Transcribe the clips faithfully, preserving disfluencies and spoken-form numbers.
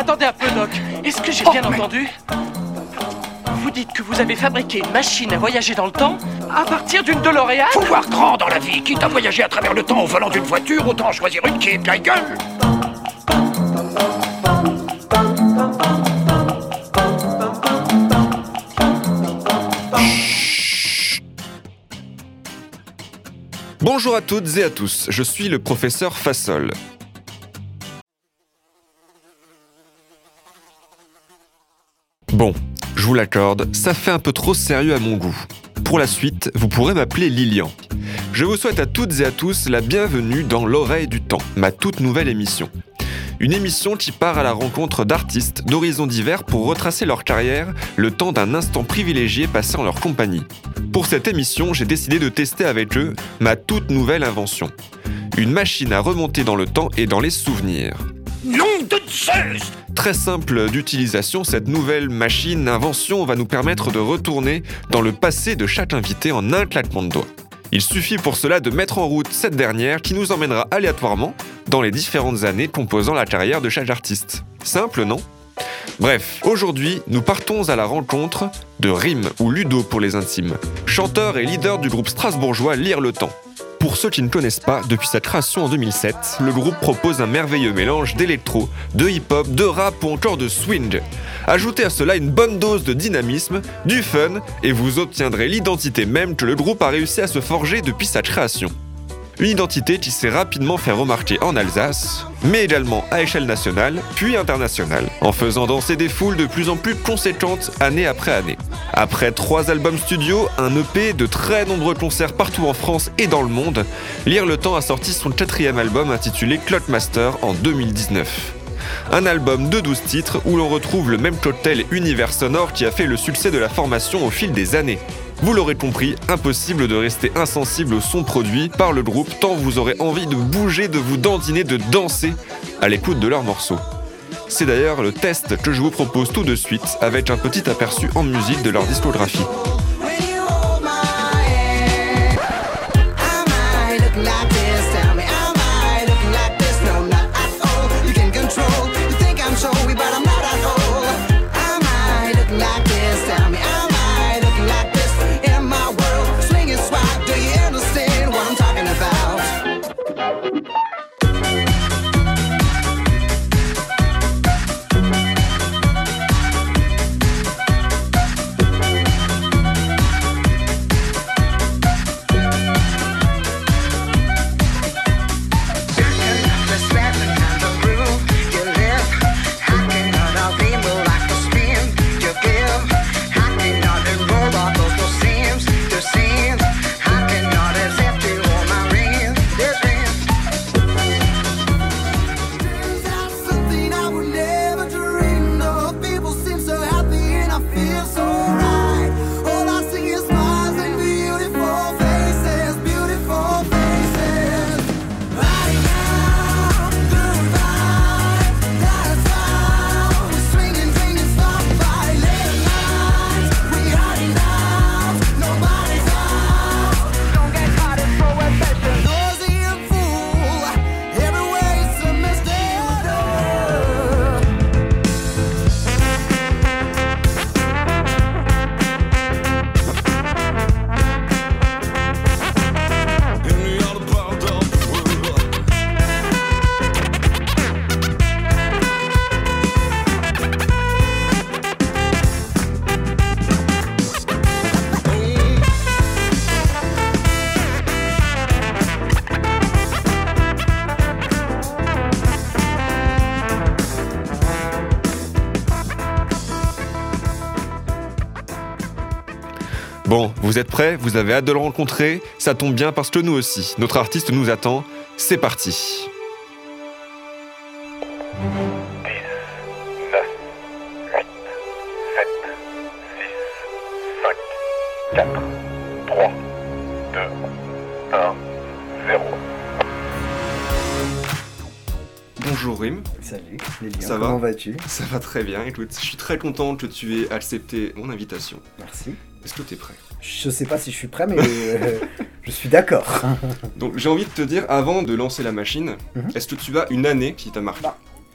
attendez un peu, Doc. Est-ce que j'ai Oh, bien mais... entendu ? Vous dites que vous avez fabriqué une machine à voyager dans le temps à partir d'une DeLorean ? Faut voir grand dans la vie. Quitte à voyager à travers le temps au volant d'une voiture, autant en choisir une qui est bien gueule. Bonjour à toutes et à tous, je suis le professeur Fassol. Bon, je vous l'accorde, ça fait un peu trop sérieux à mon goût. Pour la suite, vous pourrez m'appeler Lilian. Je vous souhaite à toutes et à tous la bienvenue dans L'Oreille du Temps, ma toute nouvelle émission. Une émission qui part à la rencontre d'artistes d'horizons divers pour retracer leur carrière le temps d'un instant privilégié passé en leur compagnie. Pour cette émission, j'ai décidé de tester avec eux ma toute nouvelle invention. Une machine à remonter dans le temps et dans les souvenirs. Nom de Zeus! Très simple d'utilisation, cette nouvelle machine invention va nous permettre de retourner dans le passé de chaque invité en un claquement de doigts. Il suffit pour cela de mettre en route cette dernière qui nous emmènera aléatoirement dans les différentes années composant la carrière de chaque artiste. Simple, non ? Bref, aujourd'hui, nous partons à la rencontre de Rim, ou Ludo pour les intimes, chanteur et leader du groupe strasbourgeois Lire le Temps. Pour ceux qui ne connaissent pas, depuis sa création en deux mille sept, le groupe propose un merveilleux mélange d'électro, de hip-hop, de rap ou encore de swing. Ajoutez à cela une bonne dose de dynamisme, du fun, et vous obtiendrez l'identité même que le groupe a réussi à se forger depuis sa création. Une identité qui s'est rapidement fait remarquer en Alsace, mais également à échelle nationale, puis internationale, en faisant danser des foules de plus en plus conséquentes année après année. Après trois albums studio, un E P, de très nombreux concerts partout en France et dans le monde, Lire le Temps a sorti son quatrième album intitulé Clockmaster en deux mille dix-neuf. Un album de douze titres où l'on retrouve le même cocktail et univers sonore qui a fait le succès de la formation au fil des années. Vous l'aurez compris, impossible de rester insensible au son produit par le groupe tant vous aurez envie de bouger, de vous dandiner, de danser à l'écoute de leurs morceaux. C'est d'ailleurs le test que je vous propose tout de suite avec un petit aperçu en musique de leur discographie. Bon, vous êtes prêts ? Vous avez hâte de le rencontrer ? Ça tombe bien parce que nous aussi, notre artiste nous attend. C'est parti. dix, neuf, huit, sept, six, cinq, quatre, trois, deux, un, zéro. Bonjour Rim. Salut, Lilian. Ça va ? Comment vas-tu ? Ça va très bien, écoute, je suis très content que tu aies accepté mon invitation. Merci. Est-ce que tu es prêt ? Je sais pas si je suis prêt, mais euh, je suis d'accord. Donc j'ai envie de te dire, avant de lancer la machine, Mhm. est-ce que tu as une année qui t'a marqué ? Bah,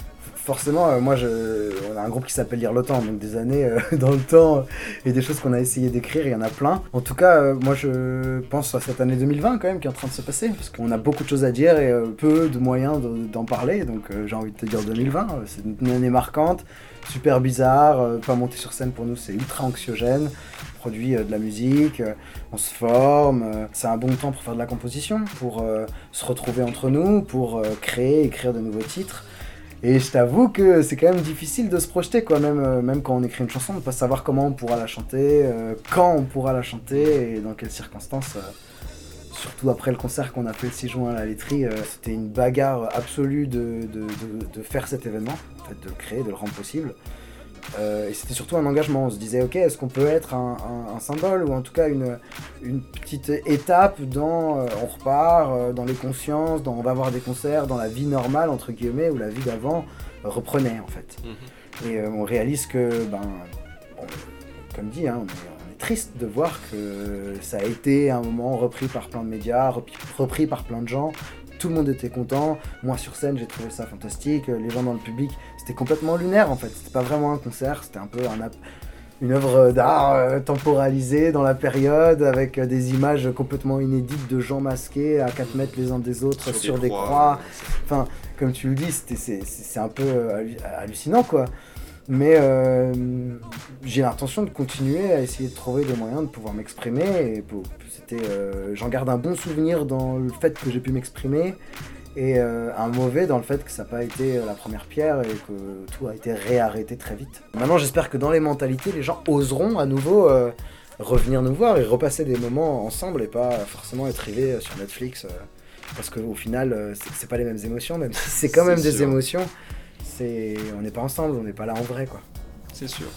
forcément, euh, moi, je, on a un groupe qui s'appelle Lire le temps, donc des années euh, dans le temps, euh, et des choses qu'on a essayé d'écrire, il y en a plein. En tout cas, euh, moi, je pense à cette année deux mille vingt quand même qui est en train de se passer, parce qu'on a beaucoup de choses à dire et euh, peu de moyens de, d'en parler, donc euh, j'ai envie de te dire deux mille vingt, euh, c'est une année marquante, super bizarre, euh, pas monter sur scène pour nous, c'est ultra anxiogène. On produit euh, de la musique, euh, on se forme, euh, c'est un bon temps pour faire de la composition, pour euh, se retrouver entre nous, pour euh, créer, écrire de nouveaux titres. Et je t'avoue que c'est quand même difficile de se projeter, quoi, même, euh, même quand on écrit une chanson, de ne pas savoir comment on pourra la chanter, euh, quand on pourra la chanter et dans quelles circonstances. Euh, surtout après le concert qu'on a fait le six juin à la laiterie, euh, c'était une bagarre absolue de, de, de, de faire cet événement, en fait, de le créer, de le rendre possible. Euh, et c'était surtout un engagement, on se disait ok, est-ce qu'on peut être un, un, un symbole ou en tout cas une, une petite étape dans, euh, on repart euh, dans les consciences, dans, on va avoir des concerts, dans la vie normale entre guillemets où la vie d'avant euh, reprenait en fait. Mmh. Et euh, on réalise que, ben, bon, comme dit, hein, on, est, on est triste de voir que ça a été à un moment repris par plein de médias, repris, repris par plein de gens. Tout le monde était content, moi sur scène j'ai trouvé ça fantastique, les gens dans le public, c'était complètement lunaire en fait, c'était pas vraiment un concert, c'était un peu un, une œuvre d'art euh, temporalisée dans la période, avec euh, des images complètement inédites de gens masqués à quatre mètres les uns des autres sur, sur des, des croix, croix. Enfin, comme tu le dis, c'était, c'est, c'est un peu euh, hallucinant quoi. Mais euh, j'ai l'intention de continuer à essayer de trouver des moyens de pouvoir m'exprimer. Et pour, c'était, euh, j'en garde un bon souvenir dans le fait que j'ai pu m'exprimer et euh, un mauvais dans le fait que ça n'a pas été la première pierre et que tout a été réarrêté très vite. Maintenant, j'espère que dans les mentalités, les gens oseront à nouveau euh, revenir nous voir et repasser des moments ensemble et pas forcément être rivés sur Netflix. Euh, parce qu'au final, euh, c'est, c'est pas les mêmes émotions, même si c'est quand c'est même sûr. Des émotions. C'est... On n'est pas ensemble, on n'est pas là en vrai quoi. C'est sûr.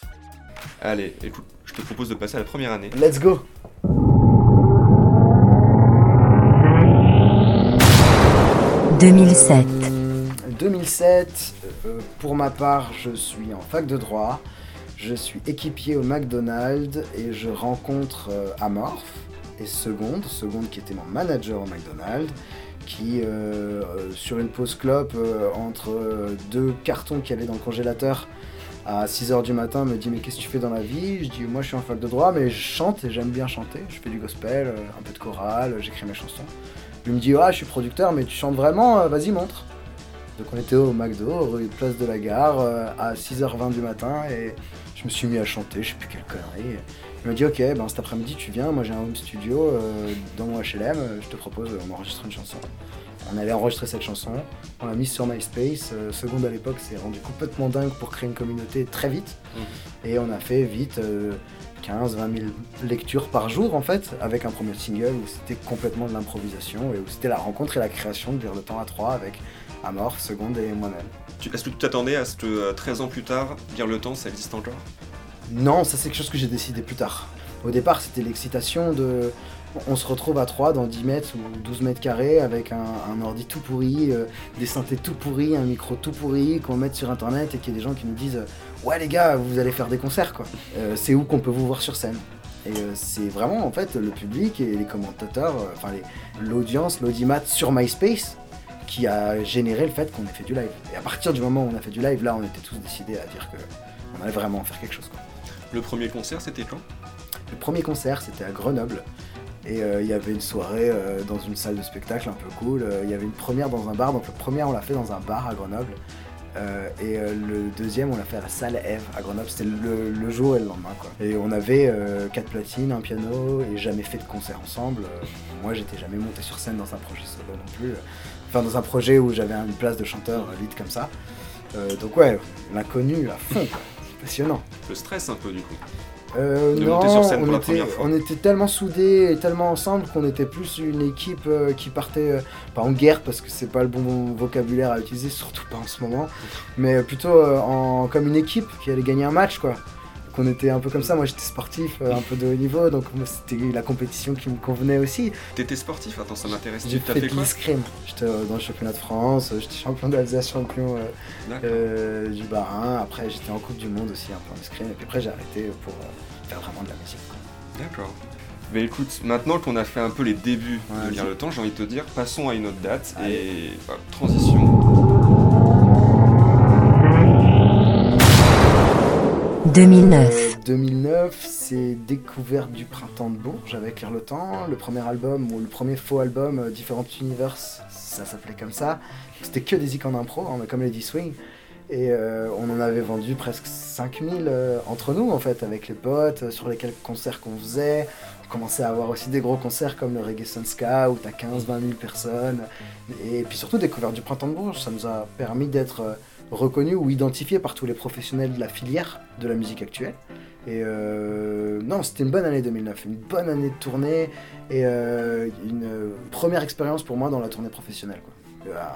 Allez, écoute, je te propose de passer à la première année. Let's go. deux mille sept. Euh, deux mille sept, euh, pour ma part, je suis en fac de droit, je suis équipier au McDonald's et je rencontre euh, Amorph et Seconde, Seconde qui était mon manager au McDonald's, qui, euh, sur une pause clope, euh, entre euh, deux cartons qui allaient dans le congélateur, à six heures du matin, me dit « Mais qu'est-ce que tu fais dans la vie ?» Je dis « Moi, je suis en fac de droit, mais je chante et j'aime bien chanter. Je fais du gospel, euh, un peu de chorale, j'écris mes chansons. » Il me dit « Ah, je suis producteur, mais tu chantes vraiment euh, Vas-y, montre. » Donc on était au McDo, rue Place de la Gare, euh, à six heures vingt du matin, et je me suis mis à chanter, je sais plus quelle connerie. Il m'a dit « Ok, ben, cet après-midi, tu viens, moi j'ai un home studio euh, dans mon H L M, je te propose, on enregistre une chanson. » On allait enregistrer cette chanson, on l'a mise sur MySpace, euh, Seconde à l'époque s'est rendu complètement dingue pour créer une communauté très vite. Mmh. Et on a fait vite euh, quinze à vingt mille lectures par jour en fait, avec un premier single où c'était complètement de l'improvisation et où c'était la rencontre et la création de Lire le temps à trois avec Amorph, Seconde et moi-même. Tu, est-ce que tu t'attendais à ce que euh, treize ans plus tard, Lire le temps, ça existe encore ? Non, ça c'est quelque chose que j'ai décidé plus tard. Au départ c'était l'excitation de... On se retrouve à trois dans dix mètres ou douze mètres carrés avec un, un ordi tout pourri, euh, des synthés tout pourris, un micro tout pourri qu'on met sur internet et qu'il y a des gens qui nous disent « Ouais les gars, vous allez faire des concerts quoi, euh, c'est où qu'on peut vous voir sur scène ?» Et euh, c'est vraiment en fait le public et les commentateurs, euh, enfin les, l'audience, l'audimat sur MySpace qui a généré le fait qu'on ait fait du live. Et à partir du moment où on a fait du live, là on était tous décidés à dire qu'on allait vraiment faire quelque chose quoi. Le premier concert c'était quand ? Le premier concert c'était à Grenoble. Et il euh, y avait une soirée euh, dans une salle de spectacle un peu cool. Il euh, y avait une première dans un bar, donc la première on l'a fait dans un bar à Grenoble. Euh, et euh, le deuxième on l'a fait à la salle Eve à Grenoble, c'était le, le jour et le lendemain quoi. Et on avait euh, quatre platines, un piano et jamais fait de concert ensemble. Euh, moi j'étais jamais monté sur scène dans un projet solo non plus. Enfin dans un projet où j'avais une place de chanteur euh, lead comme ça. Euh, donc ouais, l'inconnu à fond quoi. C'est passionnant. Le stress un peu du coup. Euh, non, on était, on était tellement soudés et tellement ensemble qu'on était plus une équipe euh, qui partait, euh, pas en guerre parce que c'est pas le bon vocabulaire à utiliser, surtout pas en ce moment, mais plutôt euh, en, comme une équipe qui allait gagner un match quoi. qu'on était un peu comme ça. Moi j'étais sportif, euh, un peu de haut niveau, donc moi, c'était la compétition qui me convenait aussi. T'étais sportif? Attends, ça m'intéresse. J'ai fait, fait fait de l'escrime. J'étais euh, dans le championnat de France, j'étais champion d'Alsace, champion euh, euh, du Bas-Rhin. Après j'étais en Coupe du Monde aussi un peu en escrime, et puis après j'ai arrêté pour euh, faire vraiment de la musique. D'accord. Mais écoute, maintenant qu'on a fait un peu les débuts ouais, de Lire le temps, j'ai envie de te dire, passons à une autre date. Allez. Et bah, transition. deux mille neuf. Euh, deux mille neuf, c'est Découverte du printemps de Bourges avec Lire le temps, le premier album, ou le premier faux album, euh, Different Universe, ça s'appelait comme ça. C'était que des icônes impro, hein, comme Lady Swing. Et euh, on en avait vendu presque cinq mille euh, entre nous, en fait, avec les potes, euh, sur les quelques concerts qu'on faisait. On commençait à avoir aussi des gros concerts comme le Reggae Sunska, où t'as quinze à vingt mille personnes. Et puis surtout, Découverte du printemps de Bourges, ça nous a permis d'être euh, reconnus ou identifiés par tous les professionnels de la filière de la musique actuelle. Et euh, non, c'était une bonne année deux mille neuf, une bonne année de tournée, et euh, une euh, première expérience pour moi dans la tournée professionnelle, quoi. Et, euh,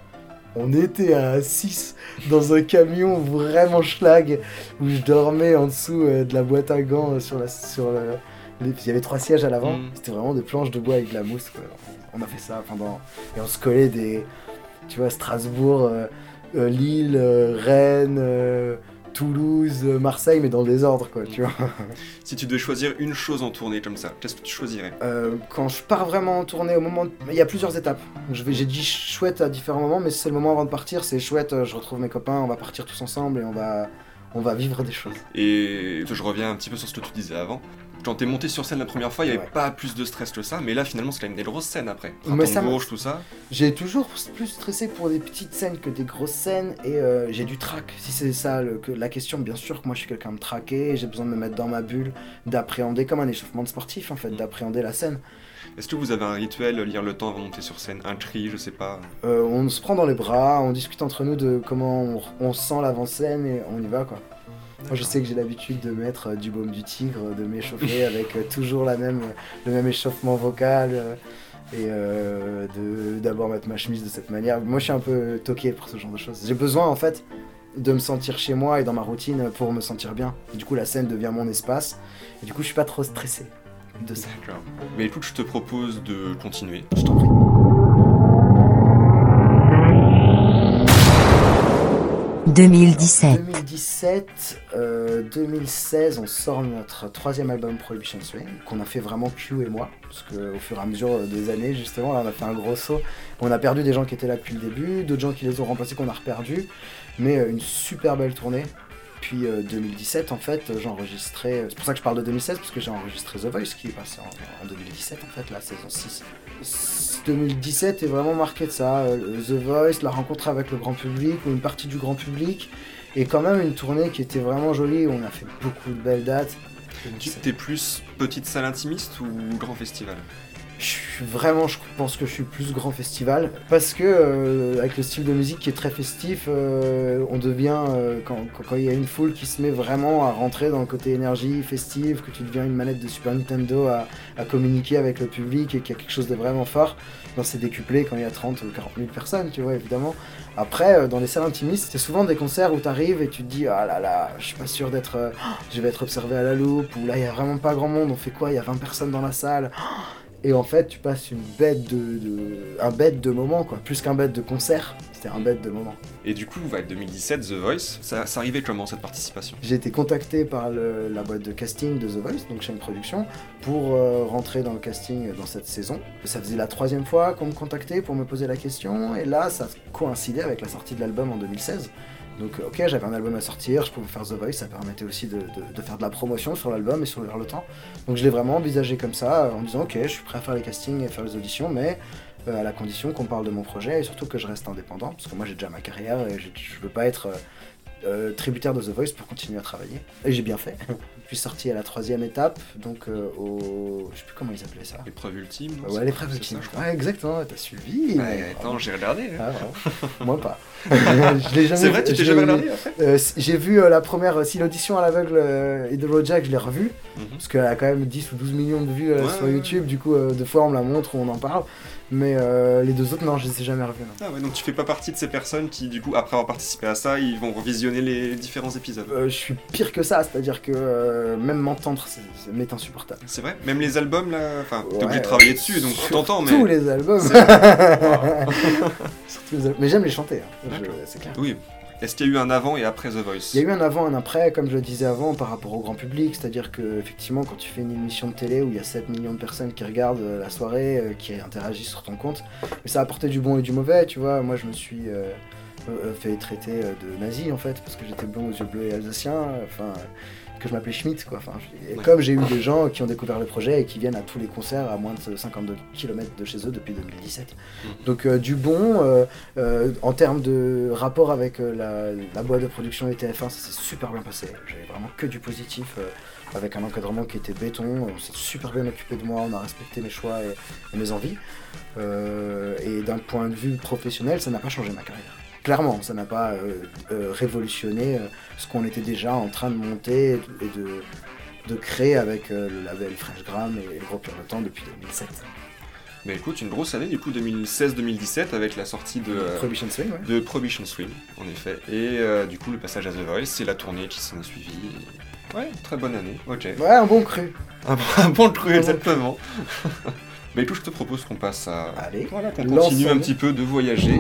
on était à six dans un camion vraiment schlag où je dormais en dessous euh, de la boîte à gants euh, sur la, sur le, les, il y avait trois sièges à l'avant. Mmh. C'était vraiment des planches de bois avec de la mousse, quoi. On a fait ça pendant et on se collait des, tu vois, Strasbourg, euh, euh, Lille, euh, Rennes, euh, Toulouse, euh, Marseille, mais dans le désordre, quoi, tu vois. Si tu devais choisir une chose en tournée comme ça, qu'est-ce que tu choisirais? euh, Quand je pars vraiment en tournée, au moment, de... il y a plusieurs étapes. Je vais, j'ai dit chouette à différents moments, mais c'est le moment avant de partir, c'est chouette. Je retrouve mes copains, on va partir tous ensemble et on va, on va vivre des choses. Et je reviens un petit peu sur ce que tu disais avant. Quand t'es monté sur scène la première fois, il n'y avait ouais. pas plus de stress que ça, mais là finalement c'est quand même des grosses scènes après. Printemps de Bourges, tout ça. J'ai toujours plus stressé pour des petites scènes que des grosses scènes, et euh, j'ai du trac. Si c'est ça le, que, la question, bien sûr que moi je suis quelqu'un de traqué, j'ai besoin de me mettre dans ma bulle, d'appréhender comme un échauffement de sportif en fait, mmh. d'appréhender la scène. Est-ce que vous avez un rituel, lire le temps avant de monter sur scène, un cri, je sais pas euh, On se prend dans les bras, on discute entre nous de comment on, on sent l'avant-scène et on y va, quoi. Moi je sais que j'ai l'habitude de mettre euh, du baume du tigre, de m'échauffer avec euh, toujours la même, le même échauffement vocal euh, et euh, de, d'abord mettre ma chemise de cette manière. Moi je suis un peu toqué pour ce genre de choses. J'ai besoin en fait de me sentir chez moi et dans ma routine pour me sentir bien. Et du coup la scène devient mon espace et du coup je suis pas trop stressé de ça. D'accord. Mais écoute, je te propose de continuer. Je t'en prie. deux mille dix-sept. deux mille dix-sept, euh, deux mille seize, on sort notre troisième album Prohibition Swing, qu'on a fait vraiment Q et moi, parce qu'au fur et à mesure des années, justement, là, on a fait un gros saut. On a perdu des gens qui étaient là depuis le début, d'autres gens qui les ont remplacés qu'on a reperdus, mais euh, une super belle tournée. Puis euh, deux mille dix-sept, en fait, j'ai enregistré, c'est pour ça que je parle de deux mille seize, parce que j'ai enregistré The Voice, qui est passé en, en deux mille dix-sept, en fait, la saison six. deux mille dix-sept est vraiment marqué de ça, euh, The Voice, la rencontre avec le grand public, ou une partie du grand public, et quand même une tournée qui était vraiment jolie, où on a fait beaucoup de belles dates. Tu t'es plus petite salle intimiste ou grand festival? Je suis vraiment, je pense que je suis plus grand festival, parce que euh, avec le style de musique qui est très festif, euh, on devient, euh, quand, quand, quand il y a une foule qui se met vraiment à rentrer dans le côté énergie festive, que tu deviens une manette de Super Nintendo à, à communiquer avec le public et qu'il y a quelque chose de vraiment fort, ben, c'est décuplé quand il y a trente ou quarante mille personnes, tu vois, évidemment. Après, euh, dans les salles intimistes, c'est souvent des concerts où t'arrives et tu te dis « Ah là là, je suis pas sûr d'être... Euh, je vais être observé à la loupe » ou « Là, il y a vraiment pas grand monde, on fait quoi? Il y a vingt personnes dans la salle. » Et en fait, tu passes une bête de, de, un bête de moment, quoi. Plus qu'un bête de concert, c'était un bête de moment. Et du coup, ouais, deux mille dix-sept, The Voice, ça, ça arrivait comment cette participation? J'ai été contacté par le, la boîte de casting de The Voice, donc chaîne production, pour euh, rentrer dans le casting dans cette saison. Ça faisait la troisième fois qu'on me contactait pour me poser la question, et là, ça coïncidait avec la sortie de l'album en deux mille seize. Donc ok, j'avais un album à sortir, je pouvais faire The Voice, ça permettait aussi de, de, de faire de la promotion sur l'album et sur Lire le temps. Donc je l'ai vraiment envisagé comme ça, en disant ok, je suis prêt à faire les castings et faire les auditions, mais euh, à la condition qu'on parle de mon projet et surtout que je reste indépendant, parce que moi j'ai déjà ma carrière et je, je veux pas être euh, euh, tributaire de The Voice pour continuer à travailler. Et j'ai bien fait. Je suis sorti à la troisième étape, donc euh, au... je sais plus comment ils appelaient ça. L'épreuve ultime. Euh, ouais, l'épreuve ultime. Ça, ouais, exactement, t'as suivi. Ouais, attends, j'ai regardé. Ah, moi pas. je l'ai jamais C'est vrai, tu t'es jamais regardé après euh, J'ai vu euh, la première, si l'audition à l'aveugle euh, et de Rojack, je l'ai revue, mm-hmm. parce qu'elle a quand même dix ou douze millions de vues euh, ouais, sur ouais, YouTube, ouais. Du coup, euh, deux fois on me la montre, on en parle. Mais euh, les deux autres, non, je les ai jamais revus. Non. Ah ouais, donc tu fais pas partie de ces personnes qui, du coup, après avoir participé à ça, ils vont revisionner les différents épisodes. euh, Je suis pire que ça, c'est-à-dire que euh, même m'entendre, c'est, c'est m'est insupportable. C'est vrai? Même les albums, là, enfin, ouais, t'es obligé de travailler dessus, donc tu t'entends, mais... Tous les albums. C'est wow. Surtout les albums. Mais j'aime les chanter, hein. Je, c'est clair. Oui. Est-ce qu'il y a eu un avant et après The Voice? Il y a eu un avant et un après, comme je le disais avant, par rapport au grand public, c'est-à-dire que effectivement, quand tu fais une émission de télé où il y a sept millions de personnes qui regardent euh, la soirée, euh, qui interagissent sur ton compte, mais ça a apporté du bon et du mauvais, tu vois. Moi, je me suis, euh, euh, fait traiter de nazi en fait, parce que j'étais blond aux yeux bleus et alsacien, enfin, que je m'appelais Schmitt quoi. Enfin, et Ouais. comme j'ai eu des gens qui ont découvert le projet et qui viennent à tous les concerts à moins de cinquante-deux kilomètres de chez eux depuis deux mille dix-sept. Mhm. Donc euh, du bon, euh, euh, en termes de rapport avec euh, la, la boîte de production et T F un, ça s'est super bien passé. J'avais vraiment que du positif, euh, avec un encadrement qui était béton. On s'est super bien occupé de moi, on a respecté mes choix et, et mes envies. Euh, et d'un point de vue professionnel, ça n'a pas changé ma carrière. Clairement, ça n'a pas euh, euh, révolutionné euh, ce qu'on était déjà en train de monter et de, de créer avec euh, le label Freshgram et, et le groupe Hurle le Temps depuis deux mille sept. Mais écoute, une grosse année du coup deux mille seize deux mille dix-sept avec la sortie de, euh, Prohibition Swing, ouais. de Prohibition Swing, en effet. Et euh, du coup, le passage à The Voice, c'est la tournée qui s'en a suivi. Et... Ouais, très bonne année, ok. Ouais, un bon cru. Un, bon- un bon cru, bon exactement. Mais écoute, je te propose qu'on passe à... Allez, Voilà, qu'on lance continue un le- petit peu de voyager.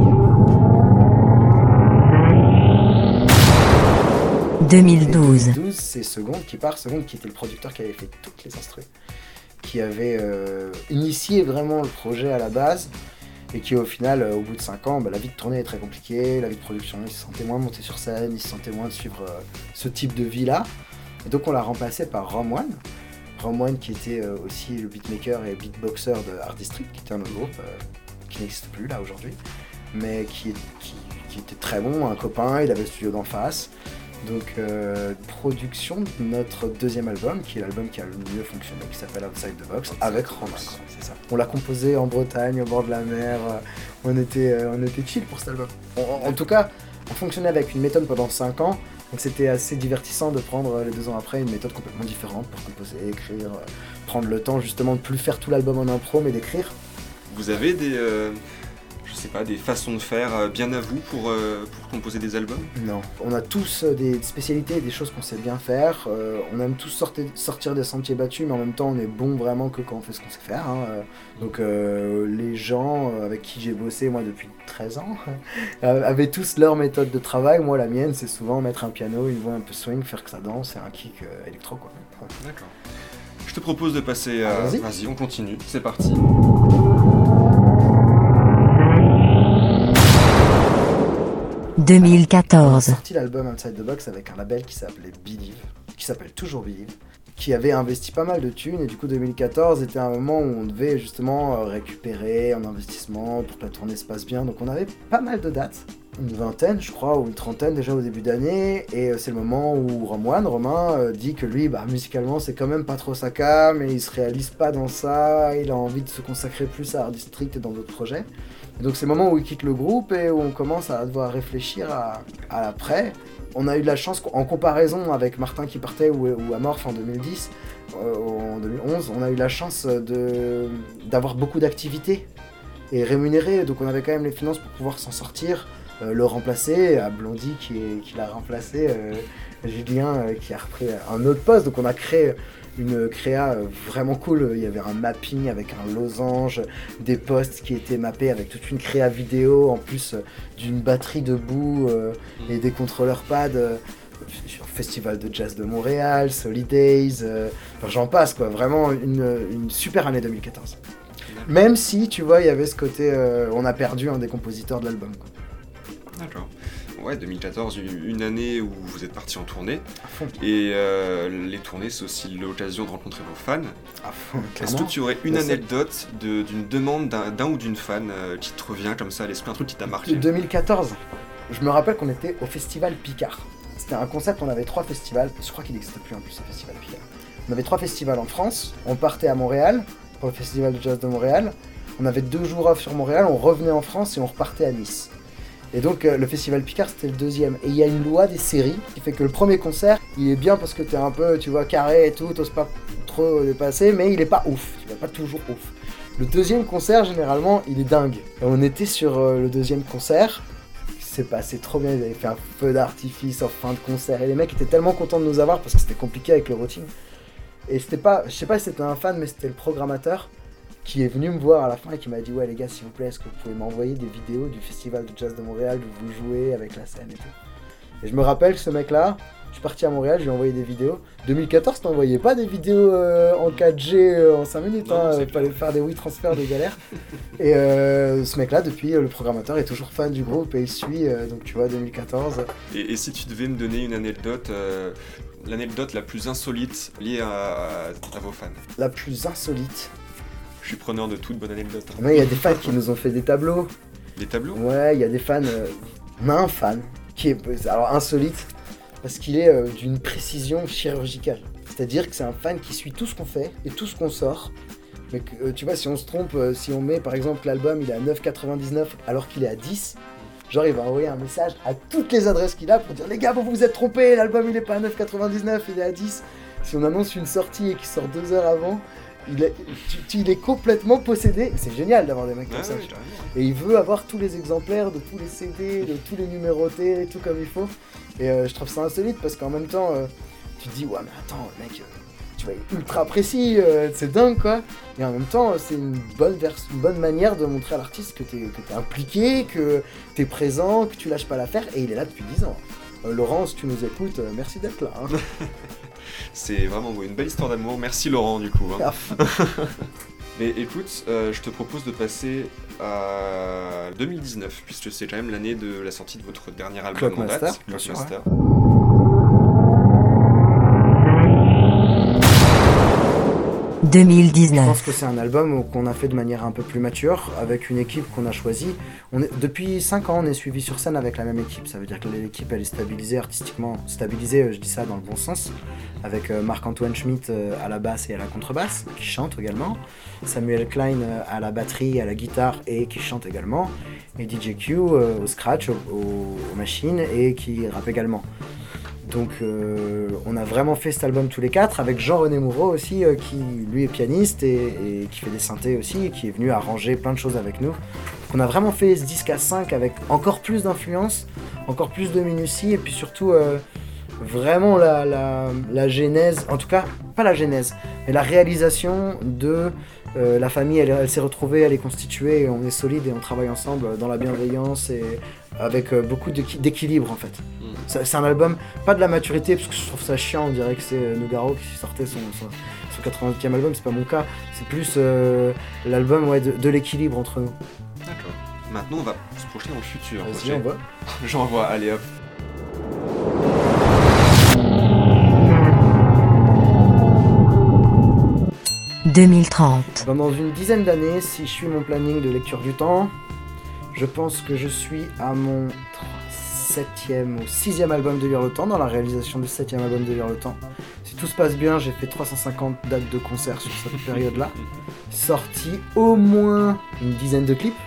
deux mille douze. deux mille douze, c'est Seconde qui part, Seconde qui était le producteur qui avait fait toutes les instrus, qui avait euh, initié vraiment le projet à la base, et qui au final, euh, au bout de cinq ans, bah, la vie de tournée est très compliquée, la vie de production, il se sentait moins de monter sur scène, il se sentait moins de suivre euh, ce type de vie-là, et donc on l'a remplacé par Rome One, Rome One qui était euh, aussi le beatmaker et beatboxer de Art District, qui était un autre groupe euh, qui n'existe plus là aujourd'hui, mais qui, qui, qui était très bon, un copain, il avait le studio d'en face. Donc, euh, production de notre deuxième album, qui est l'album qui a le mieux fonctionné, qui s'appelle Outside the Box, avec Romain. C'est ça. On l'a composé en Bretagne, au bord de la mer. euh, On était, euh, on était chill pour cet album. En, en tout cas, on fonctionnait avec une méthode pendant cinq ans, donc c'était assez divertissant de prendre euh, les deux ans après une méthode complètement différente pour composer, écrire, euh, prendre le temps justement de plus faire tout l'album en impro, mais d'écrire. Vous avez des... euh, je sais pas, des façons de faire euh, bien à vous pour, euh, pour composer des albums? Non. On a tous euh, des spécialités, des choses qu'on sait bien faire. Euh, on aime tous sortir, sortir des sentiers battus, mais en même temps, on est bon vraiment que quand on fait ce qu'on sait faire. Hein. Euh, Donc, euh, les gens euh, avec qui j'ai bossé, moi, depuis treize ans, euh, avaient tous leur méthode de travail. Moi, la mienne, c'est souvent mettre un piano, une voix un peu swing, faire que ça danse et un kick euh, électro, quoi. D'accord. Je te propose de passer à... Allons-y. Vas-y, on continue. C'est parti. deux mille On a quatorze. sorti l'album Outside the Box avec un label qui s'appelait Believe, qui s'appelle toujours Believe, qui avait investi pas mal de thunes, et du coup deux mille quatorze était un moment où on devait justement euh, récupérer en investissement pour que la tournée se passe bien, donc on avait pas mal de dates, une vingtaine je crois, ou une trentaine déjà au début d'année, et euh, c'est le moment où Romain, Romain euh, dit que lui, bah, musicalement c'est quand même pas trop sa cam, et il se réalise pas dans ça, il a envie de se consacrer plus à Art District et dans d'autres projets. Et donc c'est le moment où il quitte le groupe et où on commence à devoir réfléchir à, à l'après. On a eu de la chance, en comparaison avec Martin qui partait ou, ou Amorph en deux mille dix, euh, en deux mille onze, on a eu la chance de, d'avoir beaucoup d'activités et rémunérées, donc on avait quand même les finances pour pouvoir s'en sortir, euh, le remplacer, à Blondie qui, est, qui l'a remplacé, euh, Julien euh, qui a repris un autre poste, donc on a créé une créa euh, vraiment cool. Il y avait un mapping avec un losange, des postes qui étaient mappés avec toute une créa vidéo, en plus euh, d'une batterie debout euh, et des contrôleurs pad. Euh, sur Festival de Jazz de Montréal, Solidays, euh, enfin j'en passe quoi, vraiment une, une super année deux mille quatorze. Même si, tu vois, il y avait ce côté, euh, on a perdu un des compositeurs de l'album, quoi. D'accord. Ouais, deux mille quatorze, une année où vous êtes parti en tournée. À fond, Et euh, les tournées, c'est aussi l'occasion de rencontrer vos fans. à fond, Est-ce clairement. que tu aurais une Mais c'est- anecdote de- d'une demande d'un d'un ou d'une fan euh, qui te revient comme ça à l'esprit, un truc qui t'a marqué? deux mille quatorze, je me rappelle qu'on était au Festival Picard. C'était un concept, on avait trois festivals, je crois qu'il n'existe plus en plus ce Festival Picard. On avait trois festivals en France, on partait à Montréal pour le Festival de Jazz de Montréal, on avait deux jours off sur Montréal, on revenait en France et on repartait à Nice. Et donc euh, le Festival Picard c'était le deuxième. Et il y a une loi des séries qui fait que le premier concert, il est bien parce que t'es un peu, tu vois, carré et tout, t'oses pas trop dépasser, mais il est pas ouf, tu vas pas toujours ouf. Le deuxième concert, généralement, il est dingue. Et on était sur euh, le deuxième concert, c'est passé trop bien, ils avaient fait un feu d'artifice en fin de concert, et les mecs étaient tellement contents de nous avoir parce que c'était compliqué avec le routing. Et c'était pas, je sais pas si c'était un fan, mais c'était le programmateur qui est venu me voir à la fin et qui m'a dit « Ouais les gars, s'il vous plaît, est-ce que vous pouvez m'envoyer des vidéos du Festival de Jazz de Montréal où vous jouez avec la scène et tout ?» Et je me rappelle que ce mec-là, Je suis parti à Montréal, je lui ai envoyé des vidéos. deux mille quatorze, t'envoyais pas des vidéos euh, en quatre G euh, en cinq minutes, Non, hein, c'est fallait faire des WeTransfer de galère. Et euh, ce mec-là, depuis, euh, le programmateur est toujours fan du groupe et il suit, euh, donc tu vois, deux mille quatorze. Et, et si tu devais me donner une anecdote, euh, l'anecdote la plus insolite liée à, à, à vos fans? La plus insolite. Je suis preneur de toute bonne anecdote. Hein. Mais il y a des fans qui nous ont fait des tableaux. Des tableaux? Ouais, il y a des fans. Euh, on a un fan qui est alors insolite parce qu'il est euh, d'une précision chirurgicale. C'est-à-dire que c'est un fan qui suit tout ce qu'on fait et tout ce qu'on sort. Mais que, euh, tu vois, si on se trompe, euh, si on met par exemple l'album, il est à neuf virgule quatre-vingt-dix-neuf alors qu'il est à dix, genre il va envoyer un message à toutes les adresses qu'il a pour dire les gars, vous vous êtes trompés, l'album il est pas à neuf virgule quatre-vingt-dix-neuf, il est à dix. Si on annonce une sortie et qu'il sort deux heures avant, il est, tu, tu, il est complètement possédé. C'est génial d'avoir des mecs comme Ah ça. ouais, tu vois. Et il veut avoir tous les exemplaires de tous les C D, de tous les numérotés, tout comme il faut. Et euh, je trouve ça insolite parce qu'en même temps, euh, tu te dis, ouais, mais attends, le mec, euh, tu vois, il est ultra précis, euh, c'est dingue quoi. Et en même temps, c'est une bonne, vers- une bonne manière de montrer à l'artiste que t'es, que t'es impliqué, que t'es présent, que tu lâches pas l'affaire. Et il est là depuis dix ans. Euh, Laurence, tu nous écoutes, euh, merci d'être là. Hein. C'est vraiment ouais, une belle histoire d'amour. Merci Laurent du coup. Hein. Mais écoute, euh, je te propose de passer à deux mille dix-neuf, puisque c'est quand même l'année de la sortie de votre dernier album en date, Clockmaster, bien Clockmaster. deux mille Je dix-neuf. pense que c'est un album qu'on a fait de manière un peu plus mature, avec une équipe qu'on a choisie. On est, depuis cinq ans, on est suivi sur scène avec la même équipe. Ça veut dire que l'équipe, elle est stabilisée artistiquement. Stabilisée, je dis ça dans le bon sens. Avec euh, Marc-Antoine Schmitt euh, à la basse et à la contrebasse, qui chante également. Samuel Klein euh, à la batterie, à la guitare et qui chante également. Et D J Q euh, au scratch, au, au, aux machines et qui rappe également. Donc euh, on a vraiment fait cet album tous les quatre avec Jean-René Moureau aussi euh, qui lui est pianiste et, et qui fait des synthés aussi et qui est venu arranger plein de choses avec nous. Donc on a vraiment fait ce disque à cinq avec encore plus d'influence, encore plus de minutie et puis surtout euh, vraiment la, la, la genèse, en tout cas pas la genèse, mais la réalisation de euh, la famille, elle, elle s'est retrouvée, elle est constituée, et on est solide et on travaille ensemble dans la bienveillance et avec euh, beaucoup d'équi- d'équilibre en fait. C'est, c'est un album, pas de la maturité, parce que je trouve ça chiant, on dirait que c'est euh, Nougaro qui sortait son, son, son quatre-vingt-huitième album, c'est pas mon cas, c'est plus euh, l'album ouais, de, de l'équilibre entre nous. D'accord. Maintenant, on va se projeter dans le futur. Vas-y, ok on voit. J'envoie, allez hop. deux mille trente. Dans une dizaine d'années, si je suis mon planning de lecture du temps, je pense que je suis à mon septième ou sixième album de Lire le Temps, dans la réalisation du septième album de Lire le Temps. Si tout se passe bien, j'ai fait trois cent cinquante dates de concerts sur cette période-là. Sorti au moins une dizaine de clips.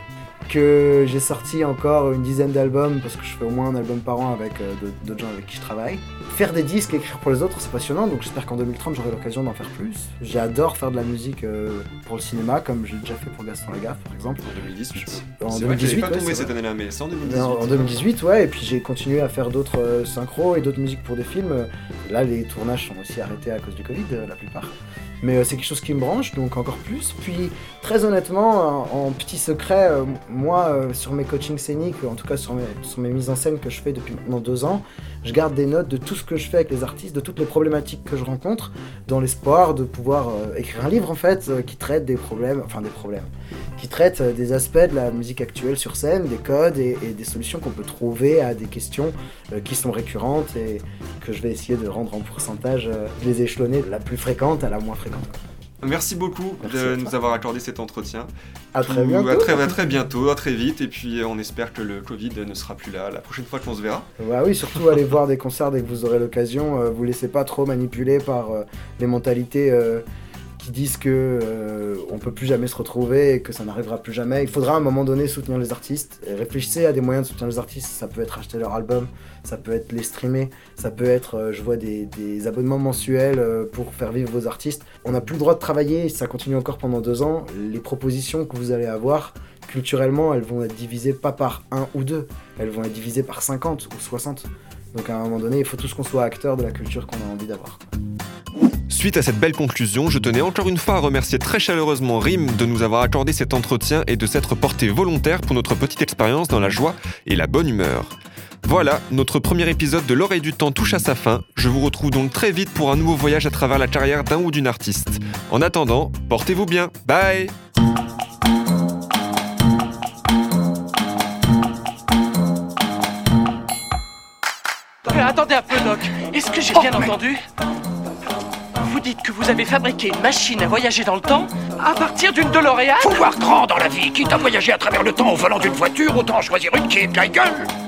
Que j'ai sorti encore une dizaine d'albums, parce que je fais au moins un album par an avec euh, d'autres gens avec qui je travaille. Faire des disques, écrire pour les autres, c'est passionnant, donc j'espère qu'en deux mille trente j'aurai l'occasion d'en faire plus. J'adore faire de la musique euh, pour le cinéma, comme j'ai déjà fait pour Gaston Lagaffe par exemple. En deux mille dix-huit. En c'est deux vrai mille que j'avais dix-huit, pas ouais, tombé c'est cette vrai. année-là, mais c'est en deux mille dix-huit. En, en deux mille dix-huit, ouais, et puis j'ai continué à faire d'autres euh, synchros et d'autres musiques pour des films. Là, les tournages sont aussi arrêtés à cause du Covid, euh, la plupart. Mais euh, c'est quelque chose qui me branche, donc encore plus. Puis, très honnêtement, en, en petit secret, euh, moi, euh, sur mes coachings scéniques, en tout cas sur mes, sur mes mises en scène que je fais depuis maintenant deux ans, je garde des notes de tout ce que je fais avec les artistes, de toutes les problématiques que je rencontre, dans l'espoir de pouvoir euh, écrire un livre, en fait, euh, qui traite des problèmes, enfin des problèmes, qui traite euh, des aspects de la musique actuelle sur scène, des codes et, et des solutions qu'on peut trouver à des questions euh, qui sont récurrentes et que je vais essayer de rendre en pourcentage, euh, de les échelonner de la plus fréquente à la moins fréquente. Merci beaucoup Merci de à toi. nous avoir accordé cet entretien. À très Tout- bientôt. À très, à très bientôt, à très vite, et puis euh, on espère que le Covid ne sera plus là la prochaine fois qu'on se verra. Bah oui, surtout allez voir des concerts dès que vous aurez l'occasion. Euh, vous laissez pas trop manipuler par euh, les mentalités euh, qui disent que euh, on peut plus jamais se retrouver et que ça n'arrivera plus jamais. Il faudra à un moment donné soutenir les artistes. Et réfléchissez à des moyens de soutenir les artistes. Ça peut être acheter leur album, ça peut être les streamer, ça peut être, euh, je vois des, des abonnements mensuels euh, pour faire vivre vos artistes. On n'a plus le droit de travailler, ça continue encore pendant deux ans. Les propositions que vous allez avoir, culturellement, elles vont être divisées pas par un ou deux, elles vont être divisées par cinquante ou soixante. Donc à un moment donné, il faut tous qu'on soit acteurs de la culture qu'on a envie d'avoir. Suite à cette belle conclusion, je tenais encore une fois à remercier très chaleureusement Rim de nous avoir accordé cet entretien et de s'être porté volontaire pour notre petite expérience dans la joie et la bonne humeur. Voilà, notre premier épisode de L'Oreille du Temps touche à sa fin. Je vous retrouve donc très vite pour un nouveau voyage à travers la carrière d'un ou d'une artiste. En attendant, portez-vous bien. Bye! Euh, attendez un peu, Doc. Est-ce que j'ai Oh, bien mais- entendu? Vous dites que vous avez fabriqué une machine à voyager dans le temps à partir d'une DeLorean? Faut voir grand dans la vie. Quitte à voyager à travers le temps au volant d'une voiture, autant choisir une qui est de la gueule.